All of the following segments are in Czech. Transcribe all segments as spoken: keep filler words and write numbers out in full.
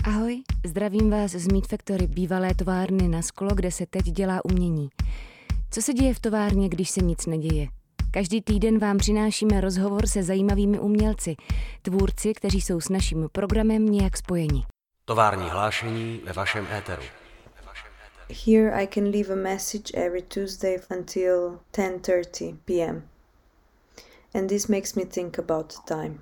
Ahoj, zdravím vás z Meat Factory, bývalé továrny na sklo, kde se teď dělá umění. Co se děje v továrně, když se nic neděje? Každý týden vám přinášíme rozhovor se zajímavými umělci, tvůrci, kteří jsou s naším programem nějak spojeni. Tovární hlášení ve vašem éteru. Here I can leave a message every Tuesday until ten thirty p m And this makes me think about time.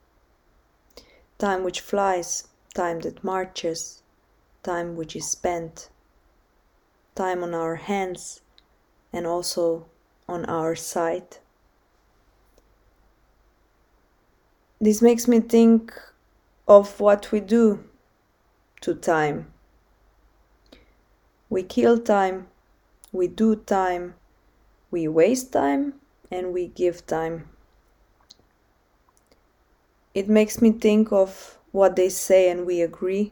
Time which flies, time that marches, time which is spent, time on our hands and also on our side. This makes me think of what we do to time. We kill time, we do time, we waste time, and we give time. It makes me think of what they say and we agree.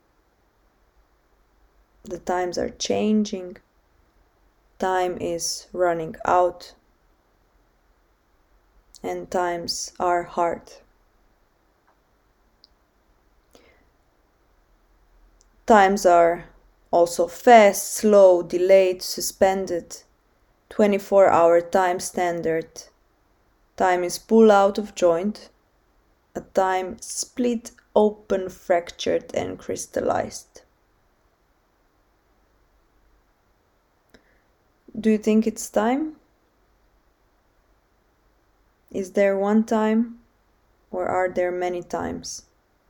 The times are changing. Time is running out. And times are hard. Times are also fast, slow, delayed, suspended, twenty-four hour time standard. Time is pulled out of joint. A time split, open, fractured and crystallized. Do you think it's time? Is there one time or are there many times?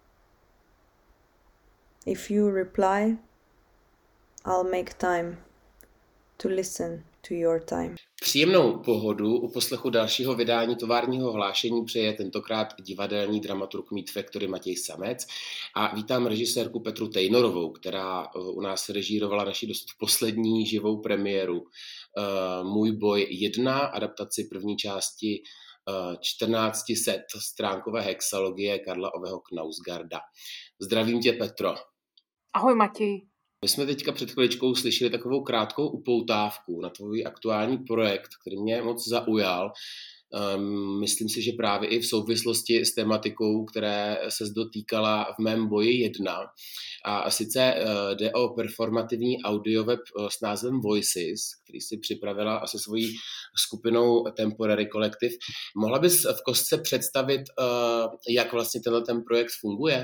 If you reply, I'll make time to listen to your time. Příjemnou pohodu u poslechu dalšího vydání továrního hlášení přeje tentokrát divadelní dramaturg Meat Factory Matěj Samec a vítám režisérku Petru Tejnorovou, která u nás režírovala naši dosud poslední živou premiéru Můj boj jedna, adaptaci první části čtrnáct set stránkové hexalogie Karla Oveho Knausgarda. Zdravím tě, Petro. Ahoj, Matěj. My jsme teďka před chviličkou slyšeli takovou krátkou upoutávku na tvůj aktuální projekt, který mě moc zaujal. Um, myslím si, že právě i v souvislosti s tematikou, které se dotýkala v mém boji jedna. A sice uh, jde o performativní audioweb uh, s názvem Voices, který si připravila asi svojí skupinou Temporary Collective. Mohla bys v kostce představit, uh, jak vlastně tenhle ten projekt funguje?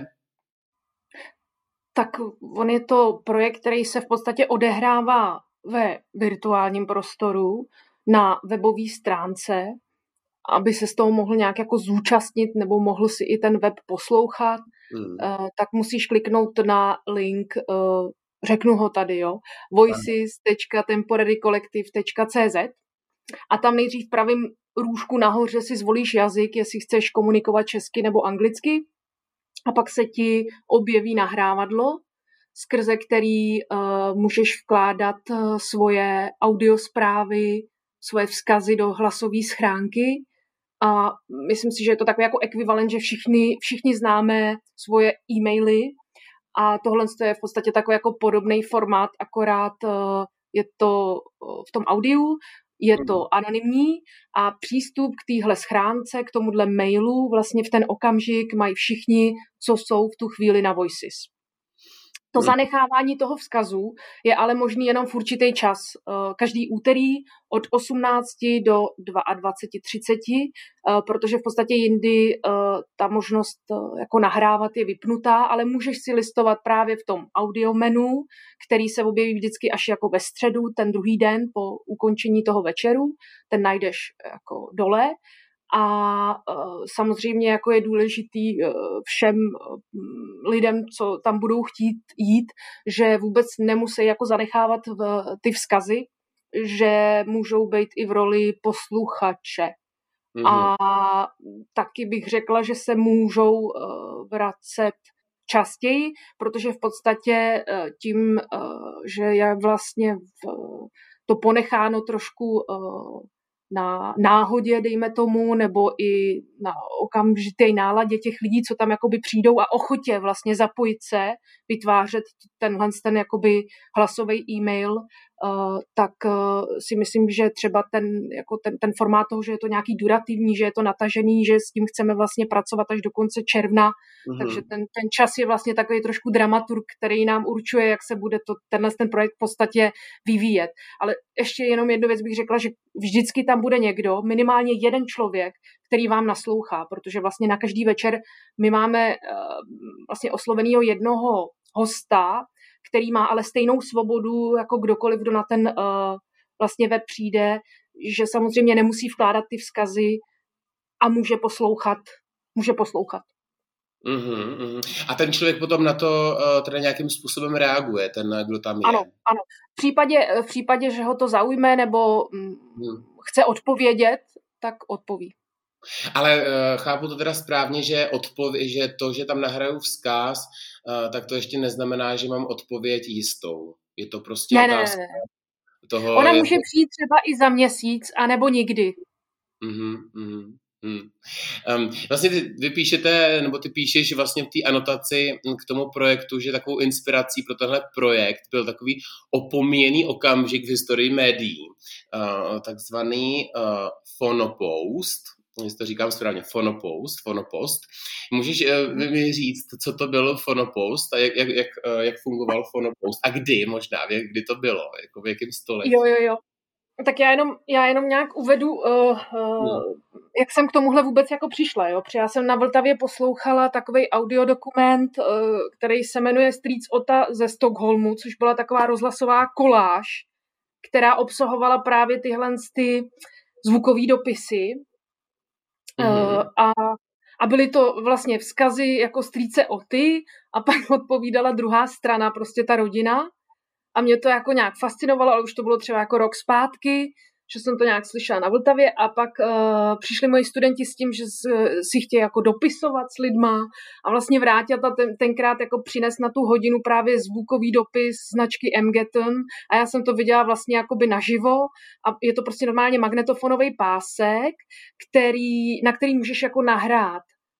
Tak on je to projekt, který se v podstatě odehrává ve virtuálním prostoru na webové stránce, aby se z toho mohl nějak jako zúčastnit nebo mohl si i ten web poslouchat, hmm. tak musíš kliknout na link, řeknu ho tady, jo, voices tečka temporary collective tečka cé zet a tam nejdřív v pravém růžku nahoře si zvolíš jazyk, jestli chceš komunikovat česky nebo anglicky. A pak se ti objeví nahrávadlo, skrze který uh, můžeš vkládat uh, svoje audiosprávy, svoje vzkazy do hlasové schránky. A myslím si, že je to takový jako ekvivalent, že všichni, všichni známe svoje e-maily a tohle je v podstatě takový jako podobný formát, akorát uh, je to uh, v tom audiu. Je to anonymní a přístup k téhle schránce, k tomuhle mailu vlastně v ten okamžik mají všichni, co jsou v tu chvíli na Voices. To zanechávání toho vzkazu je ale možný jenom v určitý čas. Každý úterý od osmnácti do dvacet dva třicet, protože v podstatě jindy ta možnost jako nahrávat je vypnutá, ale můžeš si listovat právě v tom audio menu, který se objeví vždycky až jako ve středu, ten druhý den po ukončení toho večeru. Ten najdeš jako dole. A uh, samozřejmě jako je důležitý uh, všem uh, lidem, co tam budou chtít jít, že vůbec nemusí jako zanechávat v, ty vzkazy, že můžou být i v roli posluchače. Mm-hmm. A taky bych řekla, že se můžou uh, vracet častěji, protože v podstatě uh, tím, uh, že je vlastně v, to ponecháno trošku uh, na náhodě, dejme tomu, nebo i na okamžité náladě těch lidí, co tam jakoby přijdou a ochotě vlastně zapojit se, vytvářet tenhle ten jakoby hlasový e-mail Uh, tak uh, si myslím, že třeba ten, jako ten, ten formát toho, že je to nějaký durativní, že je to natažený, že s tím chceme vlastně pracovat až do konce června, mm-hmm. takže ten, ten čas je vlastně takový trošku dramaturg, který nám určuje, jak se bude to, tenhle ten projekt v podstatě vyvíjet. Ale ještě jenom jednu věc bych řekla, že vždycky tam bude někdo, minimálně jeden člověk, který vám naslouchá, protože vlastně na každý večer my máme uh, vlastně oslovenýho jednoho hosta, který má ale stejnou svobodu jako kdokoliv, kdo na ten uh, vlastně web přijde, že samozřejmě nemusí vkládat ty vzkazy a může poslouchat. Může poslouchat. Uhum, uhum. A ten člověk potom na to uh, teda nějakým způsobem reaguje, ten, kdo tam je. Ano, ano. V případě, v případě, že ho to zaujme nebo hmm. chce odpovědět, tak odpoví. Ale uh, chápu to teda správně, že, odpověď, že to, že tam nahraju vzkaz, uh, tak to ještě neznamená, že mám odpověď jistou. Je to prostě ne, otázka ne, ne. toho... Ona je... může přijít třeba i za měsíc, anebo nikdy. Mhm, mhm. Hmm. Um, vlastně ty, vy píšete, nebo ty píšeš vlastně v té anotaci k tomu projektu, že takovou inspirací pro tenhle projekt byl takový opomíjený okamžik v historii médií, uh, takzvaný uh, Phonopost, jestli to říkám správně, Phonopost, Phonopost. Můžeš uh, mi říct, co to bylo Phonopost a jak, jak, jak, uh, jak fungoval Phonopost a kdy možná, kdy to bylo, jako v jakém století? Jo, jo, jo. Tak já jenom, já jenom nějak uvedu, uh, uh, jak jsem k tomuhle vůbec jako přišla. Jo? Protože já jsem na Vltavě poslouchala takovej audiodokument, uh, který se jmenuje Streets Ota ze Stockholmu, což byla taková rozhlasová koláž, která obsahovala právě tyhle ty zvukové dopisy. Mm-hmm. Uh, a, a byly to vlastně vzkazy jako strýce Oty a pak odpovídala druhá strana, prostě ta rodina. A mě to jako nějak fascinovalo, ale už to bylo třeba jako rok zpátky, že jsem to nějak slyšela na Vltavě a pak uh, přišli moji studenti s tím, že si chtějí jako dopisovat s lidma a vlastně Vráťata ten, tenkrát jako přines na tu hodinu právě zvukový dopis značky Emgeton a já jsem to viděla vlastně jakoby naživo a je to prostě normálně magnetofonový pásek, který, na který můžeš jako nahrát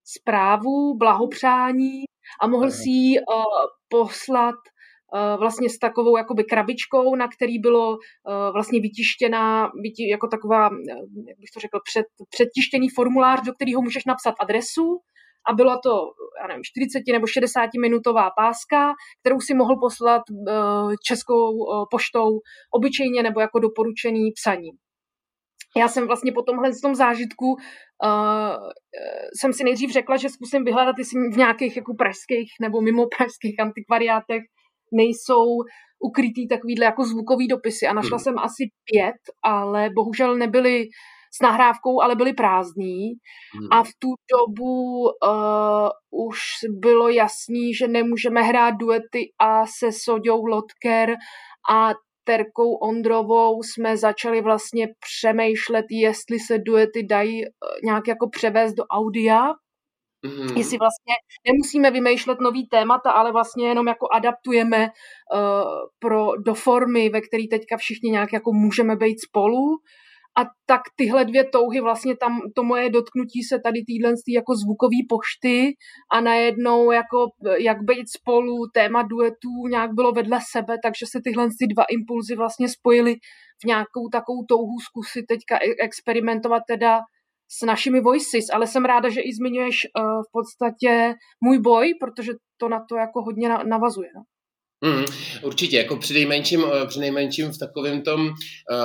zprávu, blahopřání a mohl si ji uh, poslat vlastně s takovou jakoby krabičkou, na který bylo uh, vlastně vytištěná, vyti, jako taková, jak bych to řekl, před, předtištěný formulář, do kterého můžeš napsat adresu a byla to, já nevím, čtyřicet nebo šedesát minutová páska, kterou si mohl poslat uh, českou uh, poštou obyčejně nebo jako doporučený psaní. Já jsem vlastně po tomhle tom zážitku uh, jsem si nejdřív řekla, že zkusím vyhledat, jestli v nějakých jako pražských nebo mimo pražských antikvariátech nejsou ukrytý takovýhle jako zvukový dopisy a našla hmm. jsem asi pět, ale bohužel nebyly s nahrávkou, ale byly prázdný hmm. a v tu dobu uh, už bylo jasný, že nemůžeme hrát duety a se Soďou Lotker a Terkou Ondrovou jsme začali vlastně přemýšlet, jestli se duety dají nějak jako převést do audia. Mm-hmm. Jestli vlastně nemusíme vymýšlet nový témata, ale vlastně jenom jako adaptujeme uh, pro, do formy, ve které teďka všichni nějak jako můžeme být spolu. A tak tyhle dvě touhy, vlastně tam to moje dotknutí se tady týhle jako zvukový pošty a najednou jako jak být spolu, téma duetů nějak bylo vedle sebe, takže se tyhle dva impulzy vlastně spojily v nějakou takovou touhu zkusit teďka experimentovat teda s našimi voices, ale jsem ráda, že i zmiňuješ uh, v podstatě můj boj, protože to na to jako hodně navazuje. No? Mm, určitě, jako při nejmenším, při nejmenším v takovém tom, uh,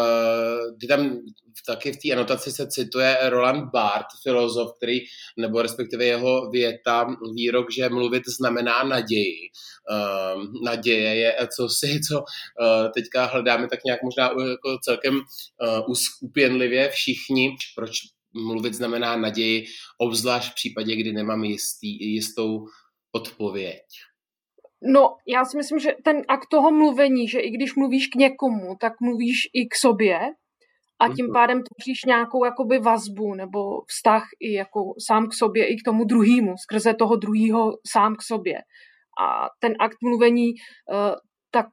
kdy tam taky v té anotaci se cituje Roland Barthes, filozof, který, nebo respektive jeho věta, výrok, že mluvit znamená naději. Uh, naděje je cosi, co uh, teďka hledáme tak nějak možná jako celkem uh, uskupěnlivě všichni, proč mluvit znamená naději, obzvlášť v případě, kdy nemám jistý, jistou odpověď. No, já si myslím, že ten akt toho mluvení, že i když mluvíš k někomu, tak mluvíš i k sobě a tím pádem tvoříš nějakou jakoby vazbu nebo vztah i jako sám k sobě, i k tomu druhému, skrze toho druhého sám k sobě. A ten akt mluvení, tak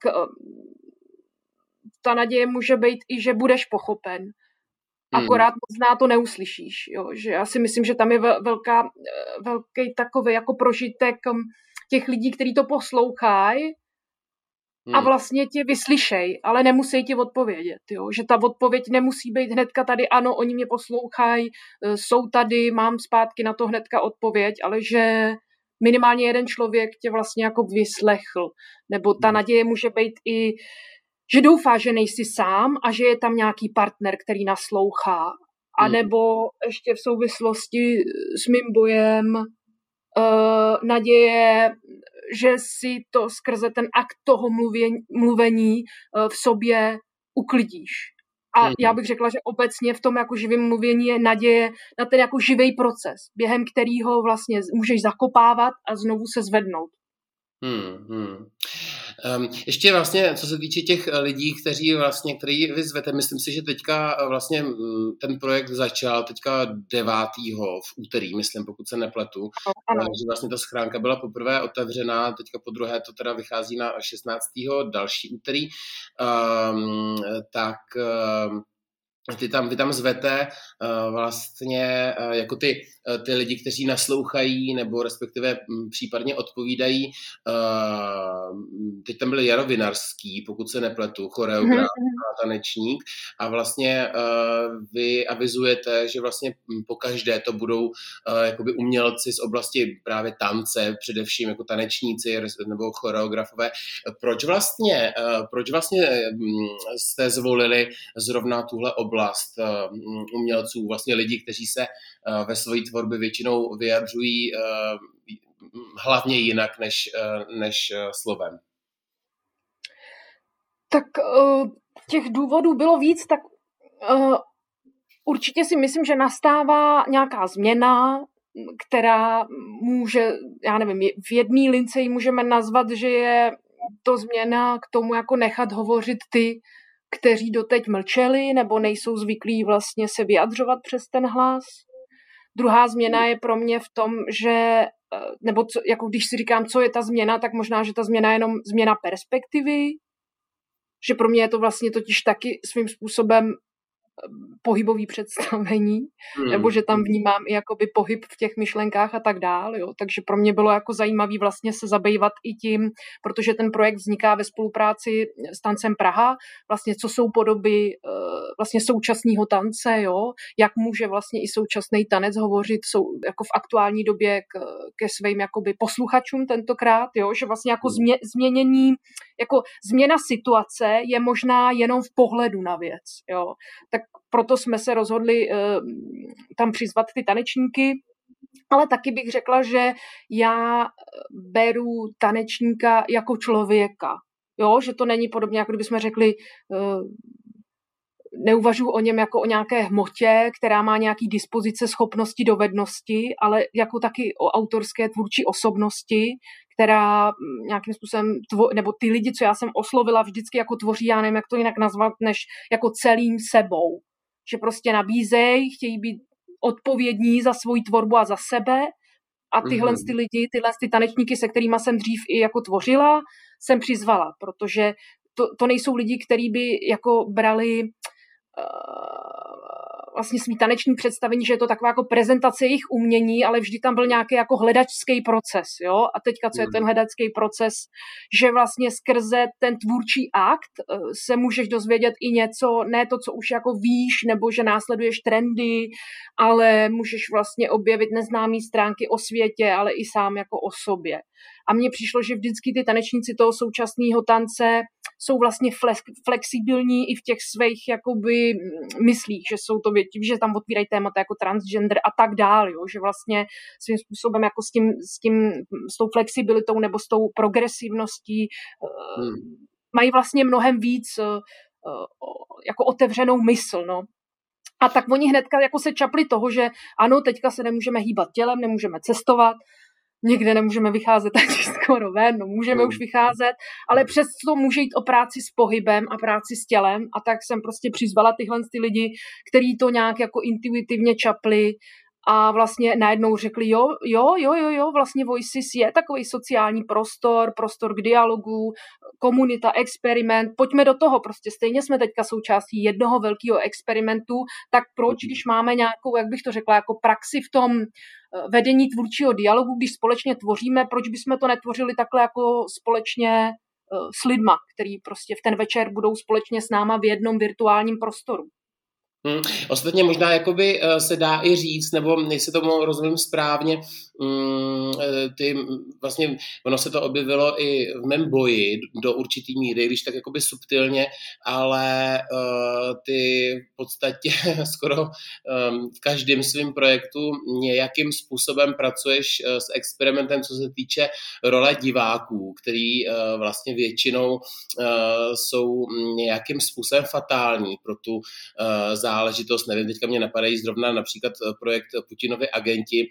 ta naděje může být i, že budeš pochopen. Akorát možná to neuslyšíš. Jo? Že já si myslím, že tam je velká, velký takový jako prožitek těch lidí, kteří to poslouchají a vlastně tě vyslyšej, ale nemusí ti odpovědět, jo? Že ta odpověď nemusí být hnedka tady, ano, oni mě poslouchají, jsou tady, mám zpátky na to hnedka odpověď, ale že minimálně jeden člověk tě vlastně jako vyslechl, nebo ta naděje může být i, že doufá, že nejsi sám a že je tam nějaký partner, který naslouchá, a nebo ještě v souvislosti s mým bojem uh, naděje, že si to skrze ten akt toho mluvení, mluvení uh, v sobě uklidíš. A já bych řekla, že obecně v tom jako živém mluvení je naděje na ten jako živý proces, během kterého vlastně můžeš zakopávat a znovu se zvednout. Hmm, hmm. Um, ještě vlastně, co se týče těch lidí, kteří vlastně, který vy zvete, myslím si, že teďka vlastně ten projekt začal teďka devátého v úterý, myslím, pokud se nepletu. Ano. Že vlastně ta schránka byla poprvé otevřená, teďka po druhé to teda vychází na šestnáctého další úterý. Um, tak um, Ty tam, vy tam zvete uh, vlastně uh, jako ty, uh, ty lidi, kteří naslouchají nebo respektive m, případně odpovídají. Uh, teď tam byl Jaro Vinarský, pokud se nepletu, choreograf a tanečník. A vlastně uh, vy avizujete, že vlastně po každé to budou uh, jakoby umělci z oblasti právě tance, především jako tanečníci nebo choreografové. Proč vlastně, uh, proč vlastně um, jste zvolili zrovna tuhle oblast umělců, vlastně lidí, kteří se ve své tvorbě většinou vyjadřují hlavně jinak než, než slovem? Tak těch důvodů bylo víc, tak určitě si myslím, že nastává nějaká změna, která může, já nevím, v jedné lince ji můžeme nazvat, že je to změna k tomu jako nechat hovořit ty, kteří doteď mlčeli nebo nejsou zvyklí vlastně se vyjadřovat přes ten hlas. Druhá změna je pro mě v tom, že, nebo co, jako když si říkám, co je ta změna, tak možná, že ta změna je jenom změna perspektivy, že pro mě je to vlastně totiž taky svým způsobem pohybový představení, hmm. nebo že tam vnímám i jakoby pohyb v těch myšlenkách a tak dál, jo. Takže pro mě bylo jako zajímavý vlastně se zabývat i tím, protože ten projekt vzniká ve spolupráci s Tancem Praha, vlastně co jsou podoby vlastně současného tance, jo, jak může vlastně i současný tanec hovořit sou, jako v aktuální době k, ke svým jakoby posluchačům tentokrát, jo, že vlastně jako změ, změnění, jako změna situace je možná jenom v pohledu na věc, jo. Tak proto jsme se rozhodli uh, tam přizvat ty tanečníky, ale taky bych řekla, že já beru tanečníka jako člověka. Jo, že to není podobně, jako kdybychom řekli, uh, neuvažuji o něm jako o nějaké hmotě, která má nějaký dispozice, schopnosti, dovednosti, ale jako taky o autorské tvůrčí osobnosti, která nějakým způsobem, tvo, nebo ty lidi, co já jsem oslovila, vždycky jako tvoří, já nevím, jak to jinak nazvat, než jako celým sebou. Že prostě nabízejí, chtějí být odpovědní za svoji tvorbu a za sebe a tyhle mm-hmm. ty lidi, tyhle ty tanečníky, se kterými jsem dřív i jako tvořila, jsem přizvala, protože to, to nejsou lidi, kteří by jako brali vlastně svý taneční představení, že je to taková jako prezentace jejich umění, ale vždy tam byl nějaký jako hledačský proces, jo? A teďka, co je ten hledačský proces, že vlastně skrze ten tvůrčí akt se můžeš dozvědět i něco, ne to, co už jako víš, nebo že následuješ trendy, ale můžeš vlastně objevit neznámé stránky o světě, ale i sám jako o sobě. A mně přišlo, že vždycky ty tanečníci toho současného tance jsou vlastně flexibilní i v těch svých jakoby myslích, že jsou to věci, že tam otvírají témata jako transgender a tak dál, jo? Že vlastně svým způsobem jako s tím, s tím, s tou flexibilitou nebo s tou progresivností hmm. mají vlastně mnohem víc jako otevřenou mysl, no. A tak oni hnedka jako se čapli toho, že ano, teďka se nemůžeme hýbat tělem, nemůžeme cestovat, někde nemůžeme vycházet ani skoro ven, no můžeme mm. už vycházet, ale přesto může jít o práci s pohybem a práci s tělem a tak jsem prostě přizvala tyhle ty lidi, kteří to nějak jako intuitivně čapli a vlastně najednou řekli jo, jo, jo, jo, jo, vlastně Voices je takový sociální prostor, prostor k dialogu, komunita, experiment, pojďme do toho, prostě stejně jsme teďka součástí jednoho velkého experimentu, tak proč, když máme nějakou, jak bych to řekla, jako praxi v tom vedení tvůrčího dialogu, když společně tvoříme, proč bychom to netvořili takhle jako společně s lidma, který prostě v ten večer budou společně s náma v jednom virtuálním prostoru. Hmm. Ostatně možná jakoby se dá i říct, nebo jestli tomu rozumím správně, mm, ty, vlastně ono se to objevilo i v mém boji do určitý míry, když tak jakoby subtilně, ale uh, ty v podstatě skoro um, v každém svém projektu nějakým způsobem pracuješ uh, s experimentem, co se týče role diváků, který uh, vlastně většinou uh, jsou nějakým způsobem fatální pro tu uh, záležitost. Nevím, teďka mě napadají zrovna například projekt Putinovi agenti,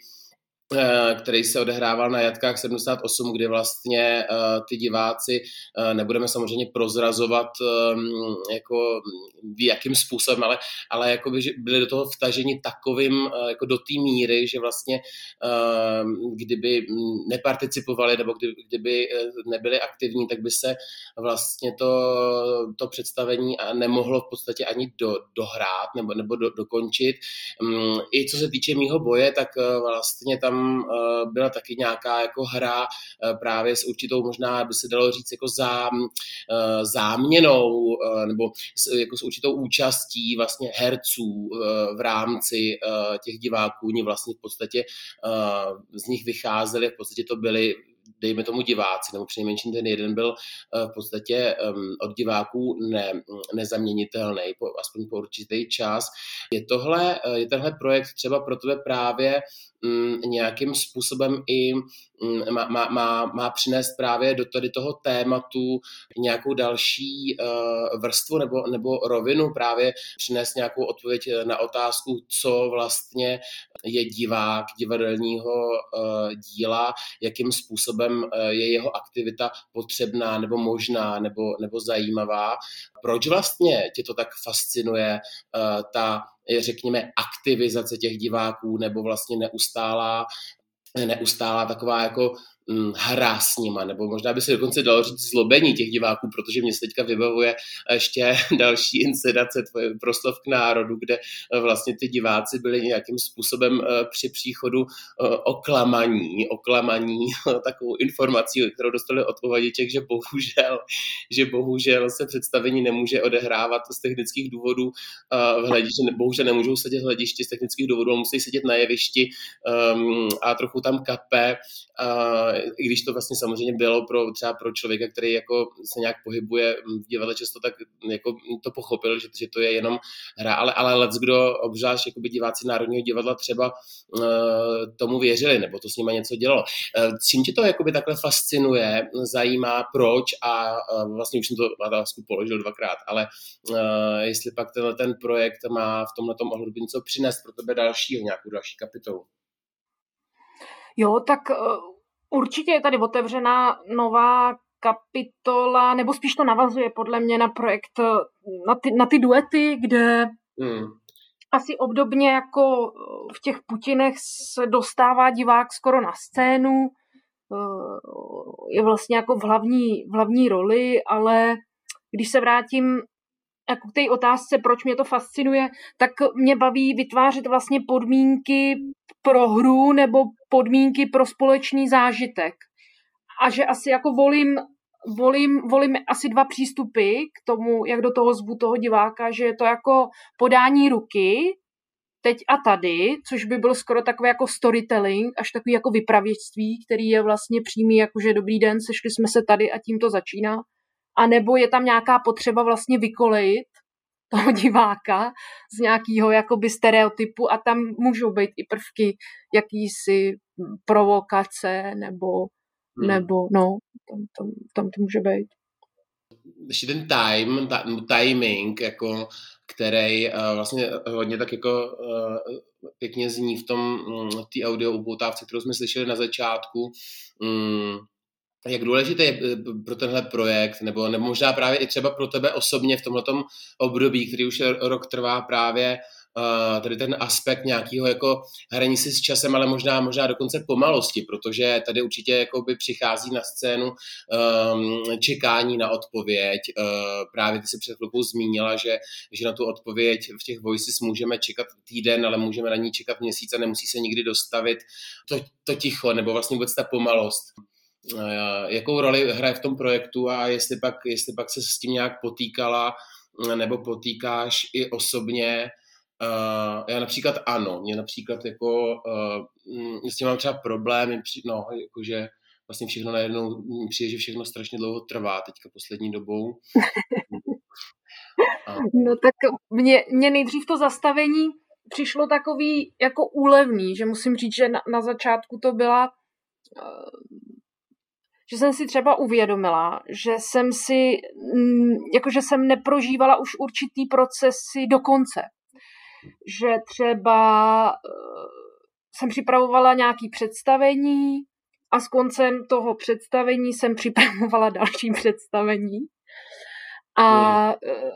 který se odehrával na Jatkách sedmdesát osm, kdy vlastně uh, ty diváci, uh, nebudeme samozřejmě prozrazovat um, jako jakým způsobem, ale, ale jako by, že byli do toho vtaženi takovým, uh, jako do té míry, že vlastně uh, kdyby neparticipovali nebo kdyby, kdyby nebyli aktivní, tak by se vlastně to, to představení nemohlo v podstatě ani do, dohrát nebo, nebo do, dokončit. Um, I co se týče mýho boje, tak uh, vlastně tam byla taky nějaká jako hra právě s určitou, možná by se dalo říct, jako zá, záměnou nebo s, jako s určitou účastí vlastně herců v rámci těch diváků. Oni vlastně v podstatě z nich vycházeli, v podstatě to byly, dejme tomu, diváci, nebo přinejmenším ten jeden byl v podstatě od diváků ne, nezaměnitelný, po, aspoň po určitý čas. Je tohle, je tenhle projekt třeba pro tebe právě m, nějakým způsobem i m, má, má, má, má přinést právě do tady toho tématu nějakou další uh, vrstvu nebo, nebo rovinu, právě přinést nějakou odpověď na otázku, co vlastně je divák divadelního uh, díla, jakým způsobem uh, je jeho aktivita potřebná nebo možná nebo, nebo zajímavá. Proč vlastně tě to tak fascinuje, uh, ta, řekněme, aktivizace těch diváků nebo vlastně neustálá, neustálá taková jako hra s nima, nebo možná by se dokonce dalo říct zlobení těch diváků, protože mě se teďka vybavuje ještě další inscenace tvoje proslov k národu, kde vlastně ty diváci byli nějakým způsobem při příchodu oklamaní, oklamaní takovou informací, kterou dostali od uvaděček, že bohužel, že bohužel se představení nemůže odehrávat z technických důvodů v hledišti, bohužel nemůžou sedět v hledišti z technických důvodů, ale musí sedět na jevišti um, a trochu tam kape, uh, i když to vlastně samozřejmě bylo pro, třeba pro člověka, který jako se nějak pohybuje v divadle často, tak jako to pochopil, že, že to je jenom hra, ale, ale leckdo, obzvlášť jakoby diváci Národního divadla třeba uh, tomu věřili, nebo to s nima něco dělalo. Uh, čím tě to jakoby takhle fascinuje, zajímá, proč a uh, vlastně už jsem to otázku položil dvakrát, ale uh, jestli pak tenhle ten projekt má v tomhletom ohledu něco přinést pro tebe dalšího, nějakou další kapitolu. Jo, tak uh... určitě je tady otevřená nová kapitola, nebo spíš to navazuje podle mě na projekt, na ty, na ty duety, kde hmm. asi obdobně jako v těch Putinech se dostává divák skoro na scénu, je vlastně jako v hlavní, v hlavní roli, ale když se vrátím jako k té otázce, proč mě to fascinuje, tak mě baví vytvářet vlastně podmínky pro hru nebo podmínky pro společný zážitek. A že asi jako volím, volím, volím asi dva přístupy k tomu, jak do toho zvu toho diváka, že je to jako podání ruky, teď a tady, což by byl skoro takový jako storytelling, až takový jako vypravěčství, který je vlastně přímý, jakože dobrý den, sešli jsme se tady a tím to začíná. A nebo je tam nějaká potřeba vlastně vykolejit toho diváka z nějakého jakoby stereotypu a tam můžou být i prvky jakýsi provokace nebo, hmm. nebo no, tam, tam, tam to může být. Ještě ten time, ta, timing, jako, který uh, vlastně hodně tak jako uh, pěkně zní v tom té audio upoutávce, kterou jsme slyšeli na začátku. Um, Jak důležité je pro tenhle projekt, nebo, nebo možná právě i třeba pro tebe osobně v tomhletom období, který už rok trvá, právě uh, tady ten aspekt nějakého jako hraní si s časem, ale možná, možná dokonce pomalosti, protože tady určitě jakoby přichází na scénu um, čekání na odpověď. Uh, právě ty si před chvilkou zmínila, že, že na tu odpověď v těch voices můžeme čekat týden, ale můžeme na ní čekat měsíc a nemusí se nikdy dostavit to, to ticho, nebo vlastně vůbec ta pomalost. jakou roli hraje v tom projektu a jestli pak, jestli pak se s tím nějak potýkala nebo potýkáš i osobně. Uh, já například ano, mě například jako uh, s tím mám třeba problémy, no, jakože vlastně všechno najednou přijde, že všechno strašně dlouho trvá teďka poslední dobou. A... No tak mě, mě nejdřív to zastavení přišlo takový jako úlevný, že musím říct, že na, na začátku to byla, uh, že jsem si třeba uvědomila, že jsem si, jakože jsem neprožívala už určitý procesy do konce. Že třeba jsem připravovala nějaké představení a s koncem toho představení jsem připravovala další představení. A,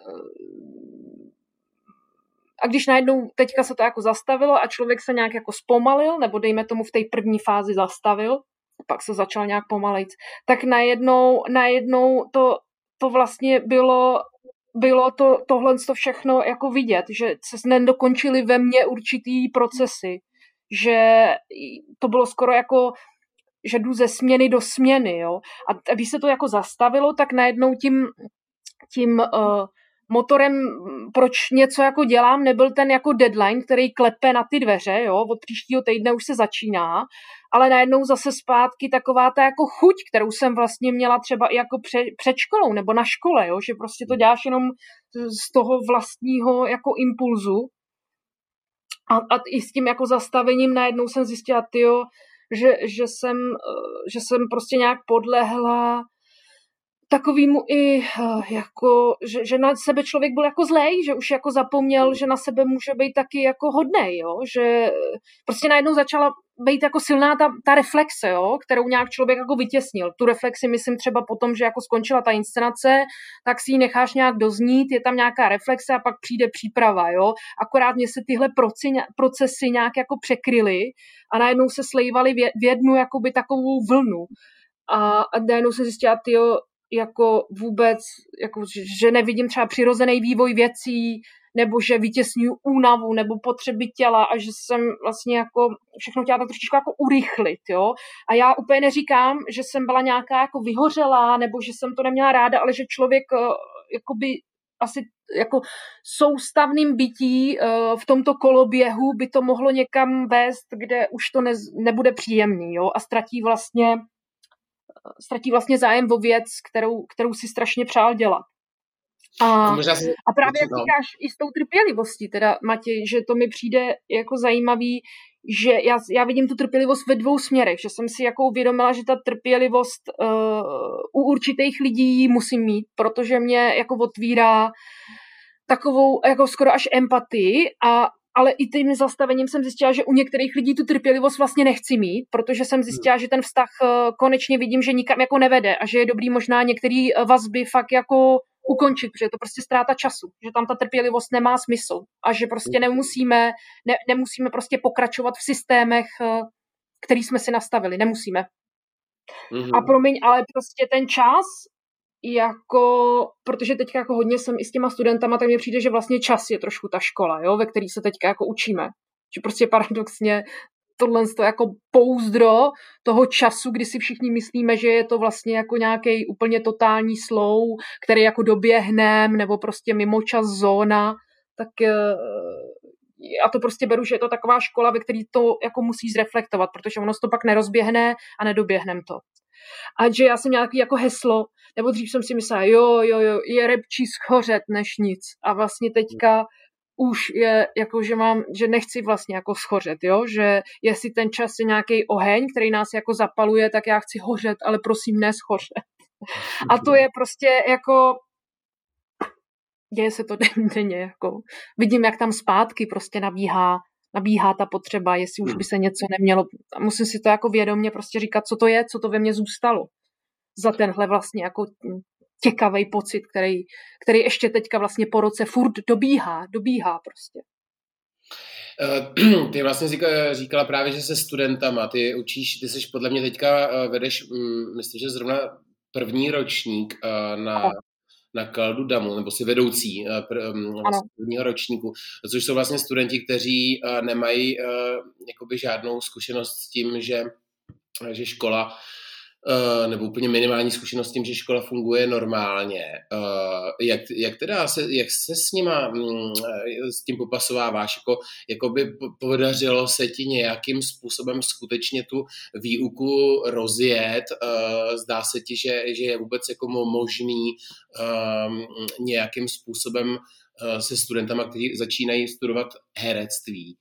a když najednou teďka se to jako zastavilo a člověk se nějak jako zpomalil, nebo dejme tomu v té první fázi zastavil, pak se začal nějak pomalejc, tak najednou, najednou to, to vlastně bylo, bylo to, tohle to všechno jako vidět, že se nedokončily ve mně určitý procesy, že to bylo skoro jako, že jdu ze směny do směny, jo. A když se to jako zastavilo, tak najednou tím, tím uh, motorem, proč něco jako dělám, nebyl ten jako deadline, který klepe na ty dveře, jo, od příštího týdne už se začíná, ale najednou zase zpátky taková ta jako chuť, kterou jsem vlastně měla třeba i jako pře, před školou nebo na škole, jo, že prostě to děláš jenom z toho vlastního jako impulzu. A, a i s tím jako zastavením najednou jsem zjistila, tyjo, že, že, jsem, že jsem prostě nějak podlehla takovýmu i jako, že, že na sebe člověk byl jako zlej, že už jako zapomněl, že na sebe může být taky jako hodnej, jo, že prostě najednou začala být jako silná ta, ta reflexe, jo, kterou nějak člověk jako vytěsnil. Tu reflexi myslím třeba potom, že jako skončila ta inscenace, tak si ji necháš nějak doznít, je tam nějaká reflexe a pak přijde příprava, jo. Akorát mě se tyhle procesy nějak jako překryly a najednou se slejvaly v jednu jakoby takovou vlnu. A, a najednou se zjistila, tyjo, jako vůbec, jako, že nevidím třeba přirozený vývoj věcí, nebo že vytěsňuju únavu, nebo potřeby těla a že jsem vlastně jako všechno chtěla tak trošičku jako urychlit, jo. A já úplně neříkám, že jsem byla nějaká jako vyhořelá, nebo že jsem to neměla ráda, ale že člověk jakoby asi jako soustavným bytí v tomto koloběhu by to mohlo někam vést, kde už to ne, nebude příjemný, jo, a ztratí vlastně ztratí vlastně zájem o věc, kterou, kterou si strašně přál dělat. A, a právě jak říkáš i s tou trpělivostí, teda Matěj, že to mi přijde jako zajímavý, že já, já vidím tu trpělivost ve dvou směrech, že jsem si jako uvědomila, že ta trpělivost uh, u určitých lidí musím mít, protože mě jako otvírá takovou jako skoro až empatii, a ale i tím zastavením jsem zjistila, že u některých lidí tu trpělivost vlastně nechci mít, protože jsem zjistila, že ten vztah konečně vidím, že nikam jako nevede a že je dobrý možná některé vazby fakt jako ukončit, protože je to prostě ztráta času, že tam ta trpělivost nemá smysl a že prostě nemusíme, ne, nemusíme prostě pokračovat v systémech, který jsme si nastavili, nemusíme. Mm-hmm. A promiň, ale prostě ten čas, jako, protože teďka jako hodně jsem i s těma studentama, tak mně přijde, že vlastně čas je trošku ta škola, jo, ve který se teďka jako učíme. Že prostě paradoxně tohle je jako pouzdro toho času, kdy si všichni myslíme, že je to vlastně jako nějaký úplně totální slow, který jako doběhnem, nebo prostě mimo čas zóna, tak a to prostě beru, že je to taková škola, ve které to jako musí zreflektovat, protože ono se to pak nerozběhne a nedoběhnem to. A že já jsem měla takový jako heslo, nebo dřív jsem si myslela, jo, jo, jo, je lepší schořet než nic. A vlastně teďka už je, jako, že mám, že nechci vlastně jako schořet, jo, že jestli ten čas je nějaký oheň, který nás jako zapaluje, tak já chci hořet, ale prosím, neschořet. A to je prostě jako, děje se to denně, jako, vidím, jak tam zpátky prostě nabíhá, nabíhá ta potřeba, jestli už by se něco nemělo, musím si to jako vědomě prostě říkat, co to je, co to ve mně zůstalo za tenhle vlastně jako těkavý pocit, který, který ještě teďka vlastně po roce furt dobíhá, dobíhá prostě. Ty vlastně říkala, říkala právě, že se studentama, ty učíš, ty jsi podle mě teďka vedeš, myslím, že zrovna první ročník na, na Kaldu Damu, nebo si vedoucí prvního ročníku, což jsou vlastně studenti, kteří nemají jakoby žádnou zkušenost s tím, že, že škola Uh, nebo úplně minimální zkušenost s tím, že škola funguje normálně. Uh, jak, jak teda se, jak se s nima mm, s tím popasováváš? Jako, jako by podařilo se ti nějakým způsobem skutečně tu výuku rozjet? Uh, zdá se ti, že, že je vůbec jako možný um, nějakým způsobem uh, se studentama, kteří začínají studovat herectví,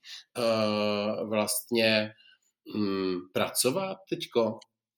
uh, vlastně um, pracovat teďko?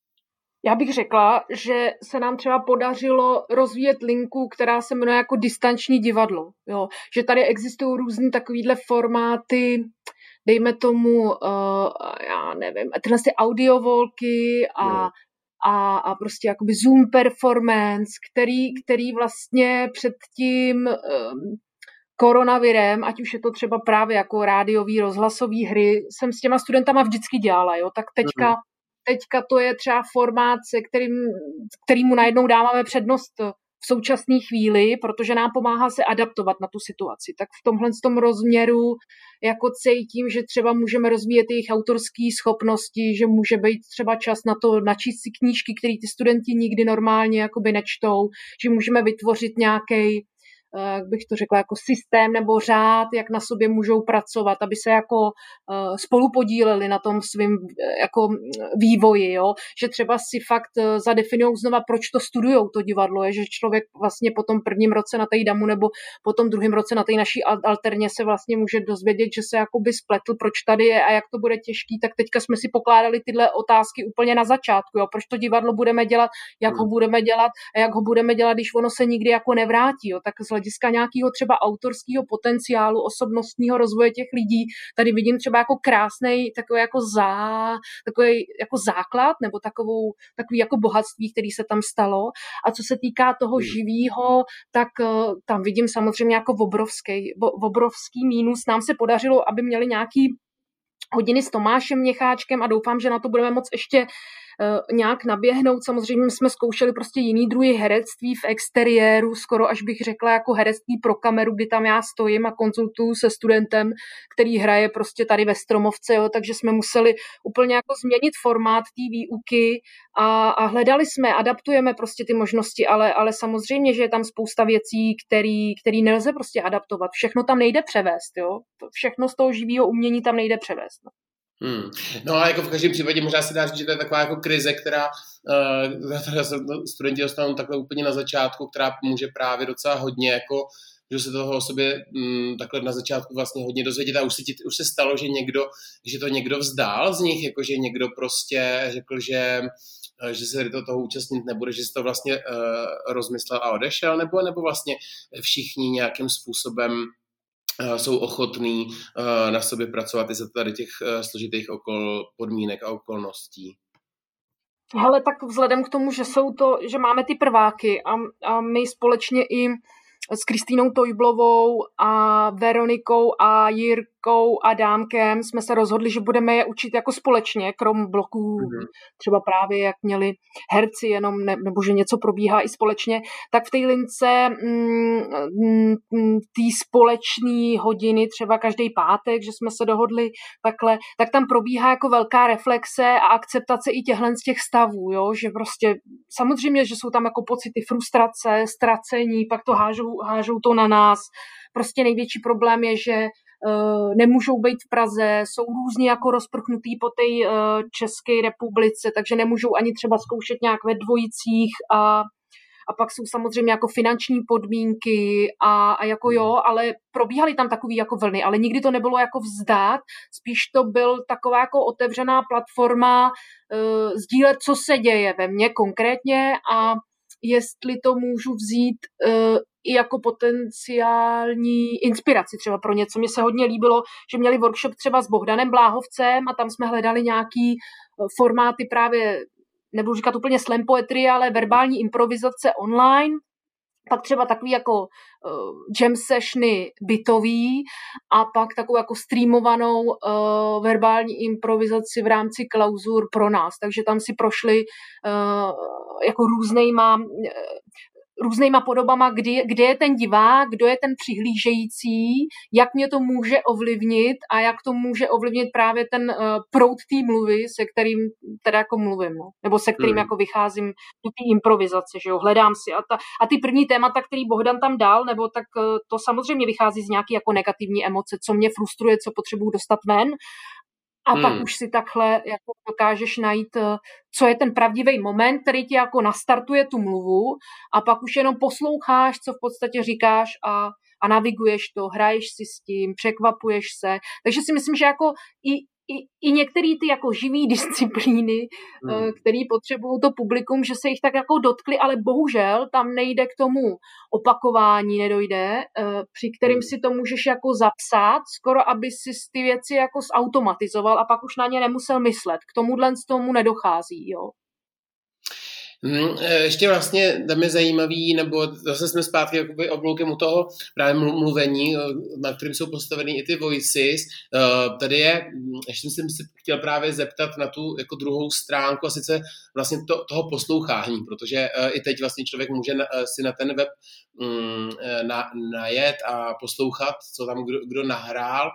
Já bych řekla, že se nám třeba podařilo rozvíjet linku, která se jmenuje jako distanční divadlo. Jo? Že tady existují různý takovýhle formáty, dejme tomu, uh, já nevím, tyhle ty audiovolky a, a, a prostě jakoby Zoom performance, který, který vlastně před tím um, koronavirem, ať už je to třeba právě jako rádiový, rozhlasový hry, jsem s těma studentama vždycky dělala. Jo? Tak teďka mm. Teďka to je třeba formát, kterým, kterýmu najednou dáváme přednost v současné chvíli, protože nám pomáhá se adaptovat na tu situaci. Tak v tomhle tom rozměru jako cítím, že třeba můžeme rozvíjet jejich autorské schopnosti, že může být třeba čas na to načíst si knížky, které ty studenti nikdy normálně jakoby nečtou, že můžeme vytvořit nějaký, jak bych to řekla, jako systém nebo řád, jak na sobě můžou pracovat, aby se jako uh, spolu podíleli na tom svým uh, jako vývoji, jo? Že třeba si fakt uh, zadefinujou znova, proč to studujou to divadlo, je, že člověk vlastně po tom prvním roce na té damu nebo po tom druhém roce na té naší alterně se vlastně může dozvědět, že se jakoby spletl, proč tady je a jak to bude těžký, tak teďka jsme si pokládali tyhle otázky úplně na začátku, jo? Proč to divadlo budeme dělat, jak ho budeme dělat a jak ho budeme dělat, když ono se nikdy jako nevrátí, jo? Tak z hlediska nějakého třeba autorského potenciálu, osobnostního rozvoje těch lidí, tady vidím třeba jako krásnej takový jako, zá, takový jako základ nebo takovou, takový jako bohatství, který se tam stalo. A co se týká toho živýho, tak uh, tam vidím samozřejmě jako obrovský, obrovský mínus. Nám se podařilo, aby měli nějaký hodiny s Tomášem Měcháčkem a doufám, že na to budeme moc ještě Uh, nějak naběhnout. Samozřejmě jsme zkoušeli prostě jiný druhy herectví v exteriéru, skoro až bych řekla jako herectví pro kameru, kdy tam já stojím a konzultuju se studentem, který hraje prostě tady ve Stromovce, jo, takže jsme museli úplně jako změnit formát té výuky a, a hledali jsme, adaptujeme prostě ty možnosti, ale, ale samozřejmě, že je tam spousta věcí, který, který nelze prostě adaptovat. Všechno tam nejde převést, jo. Všechno z toho živého umění tam nejde převést. No. Hmm. No a jako v každém případě možná se dá říct, že to je taková jako krize, která uh, studenti dostanou takhle úplně na začátku, která může právě docela hodně jako, že se toho o sobě um, takhle na začátku vlastně hodně dozvědět a už se, ti, už se stalo, že někdo, že to někdo vzdál z nich, jako že někdo prostě řekl, že že se to toho účastnit nebude, že se to vlastně uh, rozmyslel a odešel, nebo, nebo vlastně všichni nějakým způsobem jsou ochotní na sobě pracovat i za tady těch složitých okol, podmínek a okolností. Hele, tak vzhledem k tomu, že jsou to, že máme ty prváky a, a my společně i s Kristýnou Tojblovou a Veronikou a Jirkou a Dámkem jsme se rozhodli, že budeme je učit jako společně, krom bloků, mm-hmm. třeba právě jak měli herci jenom, ne, nebo že něco probíhá i společně, tak v té lince mm, mm, té společné hodiny, třeba každý pátek, že jsme se dohodli takhle, tak tam probíhá jako velká reflexe a akceptace i těchhle z těch stavů, jo? Že prostě samozřejmě, že jsou tam jako pocity frustrace, ztracení, pak to hážou hážou to na nás. Prostě největší problém je, že uh, nemůžou být v Praze, jsou různě jako rozprchnutý po té uh, České republice, takže nemůžou ani třeba zkoušet nějak ve dvojicích a, a pak jsou samozřejmě jako finanční podmínky a, a jako jo, ale probíhaly tam takový jako vlny, ale nikdy to nebylo jako vzdát, spíš to byl taková jako otevřená platforma uh, sdílet, co se děje ve mně konkrétně a jestli to můžu vzít uh, i jako potenciální inspiraci třeba pro něco. Mně se hodně líbilo, že měli workshop třeba s Bohdanem Bláhovcem a tam jsme hledali nějaký formáty právě, nebudu říkat úplně slam poetry, ale verbální improvizace online, pak třeba takový jako uh, jam sessiony bytový a pak takovou jako streamovanou uh, verbální improvizaci v rámci klauzur pro nás. Takže tam si prošli uh, jako různejma uh, různýma podobama, kdy, kde je ten divák, kdo je ten přihlížející, jak mě to může ovlivnit a jak to může ovlivnit právě ten uh, proud té mluvy, se kterým teda jako mluvím, no. Nebo se kterým hmm. jako vycházím do té improvizace, že jo, hledám si. A, ta, a ty první témata, který Bohdan tam dal, nebo tak uh, to samozřejmě vychází z nějaký jako negativní emoce, co mě frustruje, co potřebuju dostat ven. A hmm. pak už si takhle jako dokážeš najít, co je ten pravdivý moment, který ti jako nastartuje tu mluvu a pak už jenom posloucháš, co v podstatě říkáš a, a naviguješ to, hraješ si s tím, překvapuješ se. Takže si myslím, že jako i, i, i některé ty jako živý disciplíny, hmm. které potřebují to publikum, že se jich tak jako dotkli, ale bohužel tam nejde k tomu opakování, nedojde, při kterým si to můžeš jako zapsat, skoro aby si ty věci jako zautomatizoval a pak už na ně nemusel myslet. K tomuhle z tomu nedochází, jo. Hmm, ještě vlastně tam je zajímavý, nebo zase jsme zpátky jakoby obloukem u toho právě mluvení, na kterým jsou postaveny i ty voices. Tady je, ještě jsem si chtěl právě zeptat na tu jako druhou stránku, a sice vlastně to, toho poslouchání, protože i teď vlastně člověk může si na ten web na, najet a poslouchat, co tam kdo, kdo nahrál.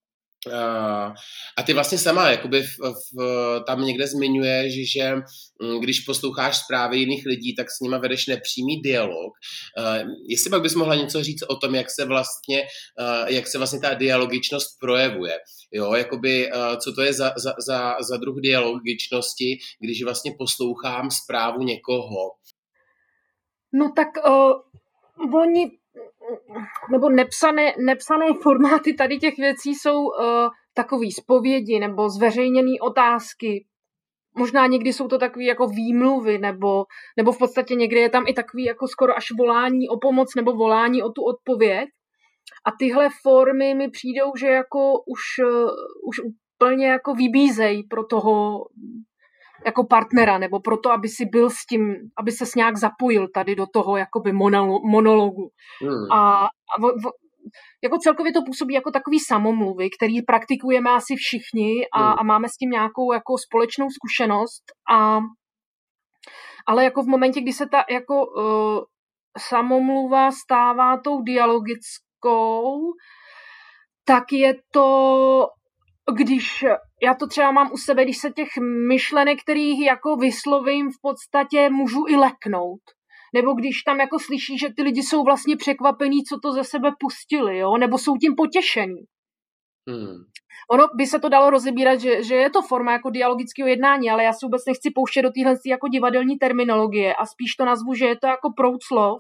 A ty vlastně sama jakoby v, v, tam někde zmiňuješ, že když posloucháš zprávy jiných lidí, tak s nima vedeš nepřímý dialog. Jestli pak bys mohla něco říct o tom, jak se vlastně, jak se vlastně ta dialogičnost projevuje. Jo, jakoby, co to je za, za, za, za druh dialogičnosti, když vlastně poslouchám zprávu někoho? No tak uh, oni nebo nepsané, nepsané formáty tady těch věcí jsou uh, takový zpovědi nebo zveřejněné otázky. Možná někdy jsou to takový jako výmluvy, nebo, nebo v podstatě někdy je tam i takový jako skoro až volání o pomoc nebo volání o tu odpověď. A tyhle formy mi přijdou, že jako už, uh, už úplně jako vybízejí pro toho jako partnera, nebo proto, aby si byl s tím, aby ses nějak zapojil tady do toho jakoby monologu. Hmm. A, a v, v, jako celkově to působí jako takový samomluvy, který praktikujeme asi všichni a, hmm. a máme s tím nějakou jako společnou zkušenost. A, ale jako v momentě, kdy se ta jako uh, samomluva stává tou dialogickou, tak je to, když já to třeba mám u sebe, když se těch myšlenek, kterých jako vyslovím, v podstatě můžu i leknout. Nebo když tam jako slyší, že ty lidi jsou vlastně překvapení, co to ze sebe pustili, jo? Nebo jsou tím potěšení. Hmm. Ono by se to dalo rozebírat, že, že je to forma jako dialogického jednání, ale já se vůbec nechci pouštět do téhle jako divadelní terminologie a spíš to nazvu, že je to jako proud slov,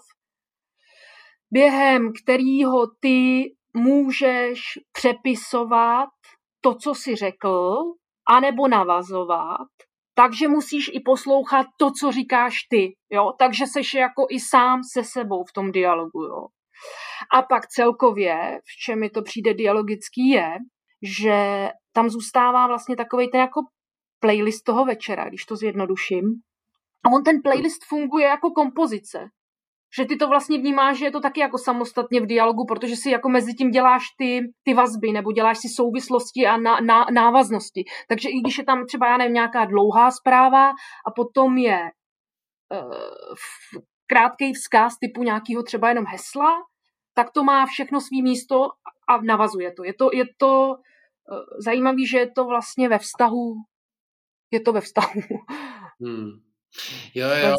během kterého ty můžeš přepisovat to, co jsi řekl, anebo navazovat, takže musíš i poslouchat to, co říkáš ty, jo, takže seš jako i sám se sebou v tom dialogu, jo. A pak celkově, v čem mi to přijde dialogický, je, že tam zůstává vlastně takovej ten jako playlist toho večera, když to zjednoduším. A on ten playlist funguje jako kompozice. Že ty to vlastně vnímáš, že je to taky jako samostatně v dialogu, protože si jako mezi tím děláš ty, ty vazby, nebo děláš si souvislosti a na, na, návaznosti. Takže i když je tam třeba, já nevím, nějaká dlouhá zpráva a potom je uh, krátkej vzkaz typu nějakého třeba jenom hesla, tak to má všechno svý místo a navazuje to. Je to, je to uh, zajímavé, že je to vlastně ve vztahu. Je to ve vztahu. Hmm. Jo, jo.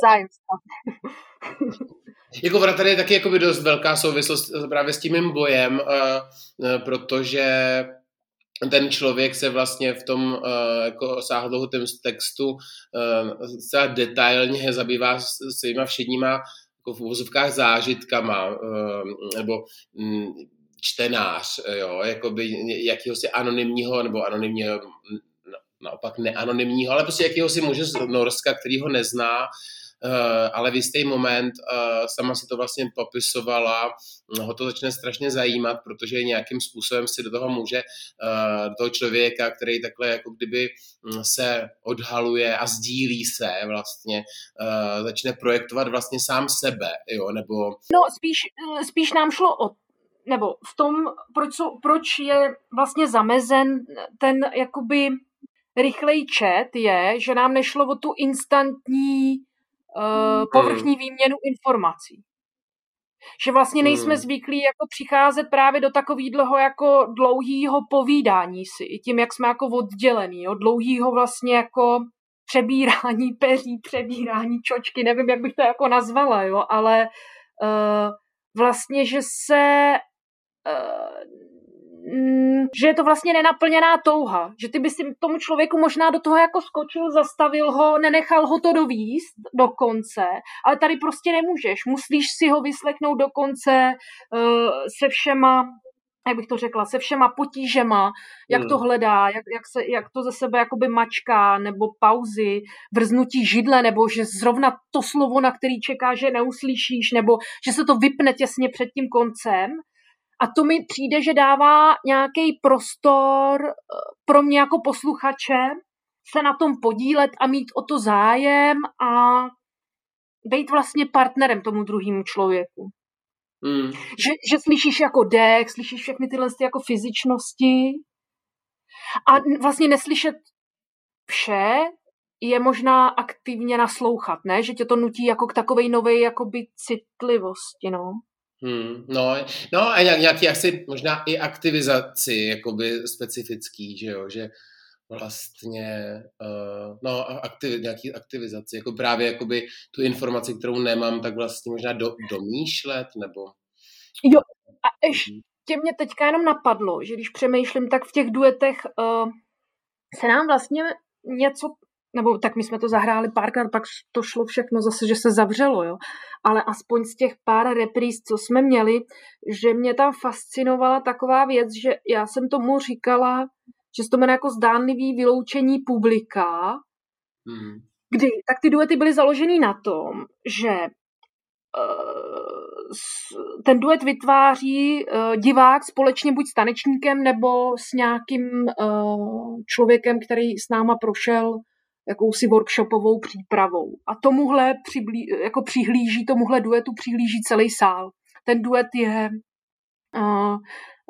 Jako tady je taky jakoby dost velká souvislost právě s tím mým bojem, protože ten člověk se vlastně v tom jako sáhodlouhém textu zcela detailně zabývá svýma všedníma jako v uvozovkách zážitkama, nebo čtenář, jo, jakoby jakýhosi anonymního, nebo anonymního, naopak neanonymního, ale prostě jakýhosi muže z Norska, který ho nezná, ale v jistý moment sama si to vlastně popisovala, ho to začne strašně zajímat, protože nějakým způsobem si do toho může, do toho člověka, který takhle jako kdyby se odhaluje a sdílí se vlastně, začne projektovat vlastně sám sebe, jo, nebo... No spíš, spíš nám šlo o nebo v tom, proč, proč je vlastně zamezen ten jakoby rychlej chat, je, že nám nešlo o tu instantní uh, povrchní výměnu informací. Že vlastně nejsme Hmm. zvyklí jako přicházet právě do takového jako dlouhého povídání si, i tím, jak jsme jako oddělení, jo? Dlouhýho vlastně jako přebírání peří, přebírání čočky, nevím, jak bych to jako nazvala, jo? Ale uh, vlastně, že se uh, že je to vlastně nenaplněná touha, že ty bys tomu člověku možná do toho jako skočil, zastavil ho, nenechal ho to dovíst do konce, ale tady prostě nemůžeš, musíš si ho vyslechnout do konce uh, se všema, jak bych to řekla, se všema potížema, jak Hmm. to hledá, jak, jak, se, jak to ze sebe jakoby mačká, nebo pauzy, vrznutí židle, nebo že zrovna to slovo, na který čeká, že neuslyšíš, nebo že se to vypne těsně před tím koncem. A to mi přijde, že dává nějaký prostor pro mě jako posluchače se na tom podílet a mít o to zájem a být vlastně partnerem tomu druhému člověku. Hmm. Že, že slyšíš jako dech, slyšíš všechny tyhle jako fyzičnosti a vlastně neslyšet vše je možná aktivně naslouchat, ne? Že tě to nutí jako k takové nové jakoby citlivosti, no. Hmm, no, no a nějak, nějaký asi možná i aktivizaci jakoby specifický, že jo, že vlastně uh, no aktiv, nějaký aktivizaci, jako právě jakoby tu informaci, kterou nemám, tak vlastně možná do, domýšlet, nebo... Jo, a ještě mě teďka jenom napadlo, že když přemýšlím, tak v těch duetech uh, se nám vlastně něco, nebo tak my jsme to zahráli párkrát, pak to šlo všechno zase, že se zavřelo, jo. Ale aspoň z těch pár repríz, co jsme měli, že mě tam fascinovala taková věc, že já jsem tomu říkala, že se to jmenuje jako zdánlivý vyloučení publika, hmm. kdy tak ty duety byly založený na tom, že ten duet vytváří uh, divák společně buď s tanečníkem nebo s nějakým uh, člověkem, který s náma prošel jakousi workshopovou přípravou. A tomuhle přiblí, jako přihlíží, tomuhle duetu přihlíží celý sál. Ten duet je uh, uh,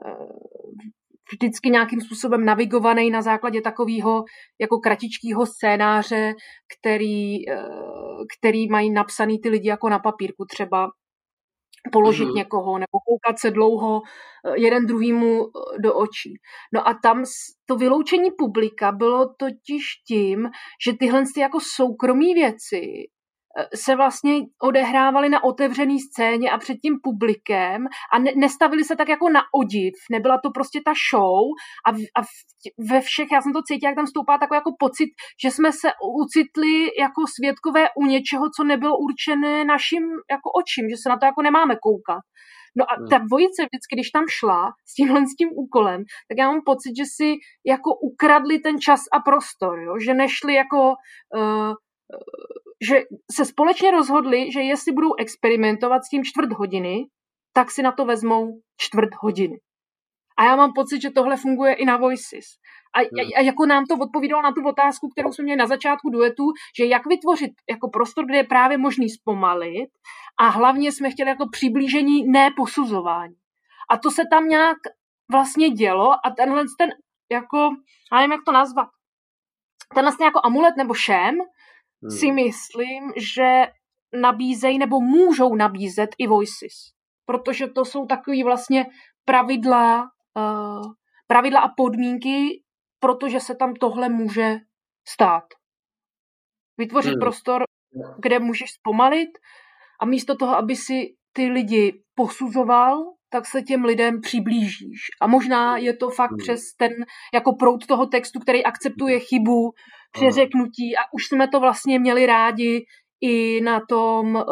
vždycky nějakým způsobem navigovaný na základě takového jako kratičkého scénáře, který, uh, který mají napsaný ty lidi jako na papírku, třeba položit mm. někoho nebo koukat se dlouho jeden druhýmu do očí. No a tam to vyloučení publika bylo totiž tím, že tyhle jako soukromí věci se vlastně odehrávaly na otevřený scéně a před tím publikem a ne, nestavili se tak jako na odiv. Nebyla to prostě ta show a, v, a v, ve všech, já jsem to cítila, jak tam stoupá takový jako pocit, že jsme se ucitli jako svědkové u něčeho, co nebylo určené našim jako očím, že se na to jako nemáme koukat. No a ta dvojice vždycky, když tam šla s tímhle s tím úkolem, tak já mám pocit, že si jako ukradli ten čas a prostor, jo? Že nešli jako... Uh, že se společně rozhodli, že jestli budou experimentovat s tím čtvrt hodiny, tak si na to vezmou čtvrt hodiny. A já mám pocit, že tohle funguje i na Voices. A, a jako nám to odpovídalo na tu otázku, kterou jsme měli na začátku duetu, že jak vytvořit jako prostor, kde je právě možný zpomalit a hlavně jsme chtěli jako přiblížení, ne posuzování. A to se tam nějak vlastně dělo a tenhle ten jako, já nevím, jak to nazvat, tenhle ten jako amulet nebo šém, Hmm. si myslím, že nabízejí nebo můžou nabízet i Voices. Protože to jsou takový vlastně pravidla, uh, pravidla a podmínky, protože se tam tohle může stát. Vytvořit hmm. prostor, kde můžeš zpomalit a místo toho, aby si ty lidi posuzoval, tak se těm lidem přiblížíš. A možná je to fakt hmm. přes ten jako proud toho textu, který akceptuje chybu, přeřeknutí a už jsme to vlastně měli rádi i na tom uh,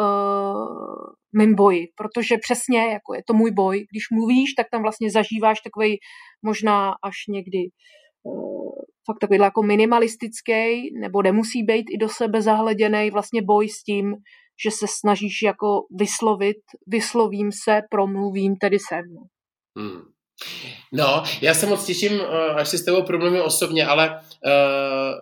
mým boji, protože přesně jako je to můj boj, když mluvíš, tak tam vlastně zažíváš takovej možná až někdy uh, fakt takovýhle jako minimalistický, nebo nemusí být i do sebe zahleděnej vlastně boj s tím, že se snažíš jako vyslovit, vyslovím se, promluvím tedy se mnou. Hmm. No, já se moc těším, až si s tebou promluvím osobně, ale uh,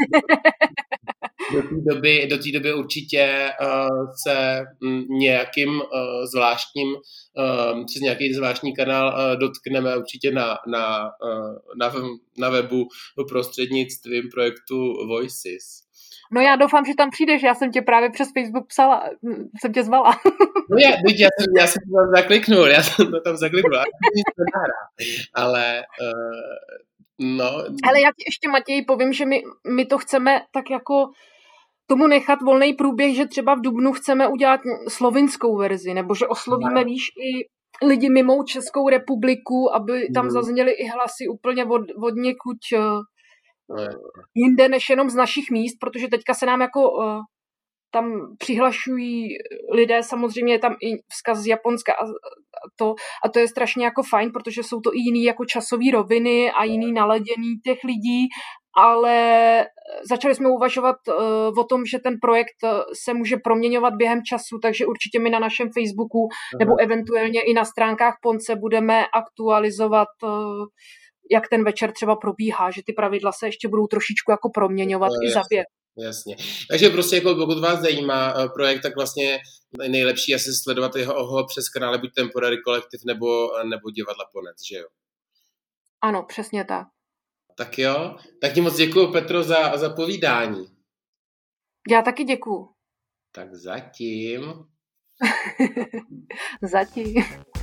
do té doby, do té doby určitě uh, se nějakým uh, zvláštním, uh, přes nějaký zvláštní kanál uh, dotkneme určitě na, na, uh, na, na webu prostřednictvím projektu Voices. No já doufám, že tam přijdeš, já jsem tě právě přes Facebook psala, jsem tě zvala. No já, já, jsem, já jsem to tam zakliknul, já jsem to tam zakliknul, ale nic nenahrá. Ale uh, no. Ale já ti ještě, Matěj, povím, že my, my to chceme tak jako tomu nechat volný průběh, že třeba v dubnu chceme udělat slovinskou verzi, nebo že oslovíme, víš, i lidi mimo Českou republiku, aby tam zazněly i hlasy úplně od, od někud jinde než jenom z našich míst, protože teďka se nám jako uh, tam přihlašují lidé, samozřejmě je tam i vzkaz z Japonska a to, a to je strašně jako fajn, protože jsou to i jiný jako časový roviny a jiný naladění těch lidí, ale začali jsme uvažovat uh, o tom, že ten projekt se může proměňovat během času, takže určitě my na našem Facebooku Aha. nebo eventuálně i na stránkách Ponce budeme aktualizovat uh, jak ten večer třeba probíhá, že ty pravidla se ještě budou trošičku jako proměňovat no, i za běh. Jasně. Takže prostě jako pokud vás zajímá projekt, tak vlastně nejlepší asi sledovat jeho ho přes kanály buď Temporary Collective nebo, nebo Divadla Ponec, že jo? Ano, přesně tak. Tak jo, tak ti moc děkuju, Petro, za, za povídání. Já taky děkuju. Tak zatím. zatím.